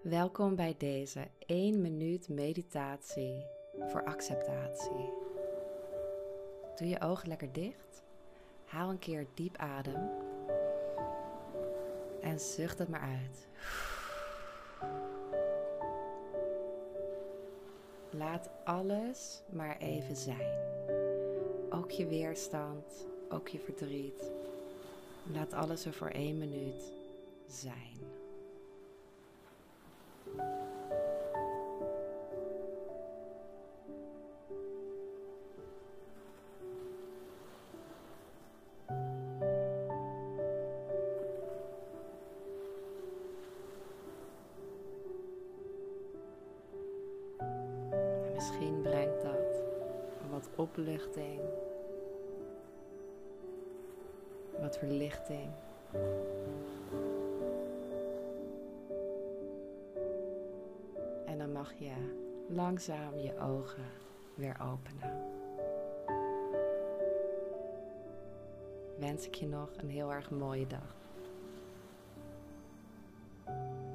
Welkom bij deze 1 minuut meditatie voor acceptatie. Doe je ogen lekker dicht. Haal een keer diep adem. En zucht het maar uit. Laat alles maar even zijn. Ook je weerstand, ook je verdriet. Laat alles er voor 1 minuut zijn. En misschien brengt dat wat opluchting, wat verlichting. En dan mag je langzaam je ogen weer openen. Wens ik je nog een heel erg mooie dag.